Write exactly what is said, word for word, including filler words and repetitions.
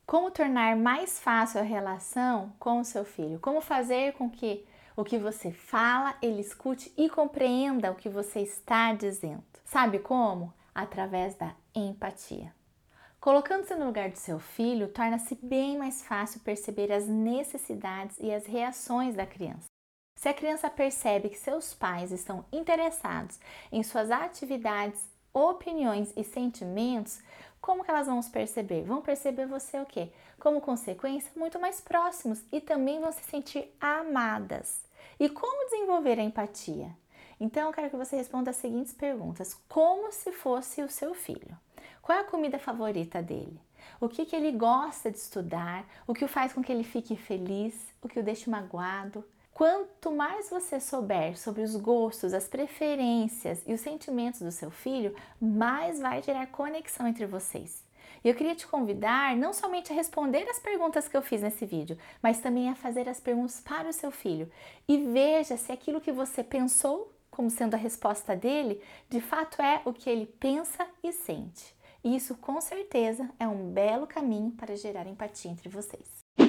Como tornar mais fácil a relação com o seu filho? Como fazer com que o que você fala, ele escute e compreenda o que você está dizendo? Sabe como? Através da empatia. Colocando-se no lugar do seu filho, torna-se bem mais fácil perceber as necessidades e as reações da criança. Se a criança percebe que seus pais estão interessados em suas atividades, opiniões e sentimentos, como que elas vão se perceber? Vão perceber você o quê? Como consequência, muito mais próximos e também vão se sentir amadas. E como desenvolver a empatia? Então, eu quero que você responda as seguintes perguntas, como se fosse o seu filho. Qual é a comida favorita dele? O que, que ele gosta de estudar? O que o faz com que ele fique feliz? O que o deixa magoado? Quanto mais você souber sobre os gostos, as preferências e os sentimentos do seu filho, mais vai gerar conexão entre vocês. E eu queria te convidar não somente a responder as perguntas que eu fiz nesse vídeo, mas também a fazer as perguntas para o seu filho. E veja se aquilo que você pensou como sendo a resposta dele, de fato é o que ele pensa e sente. E isso com certeza é um belo caminho para gerar empatia entre vocês.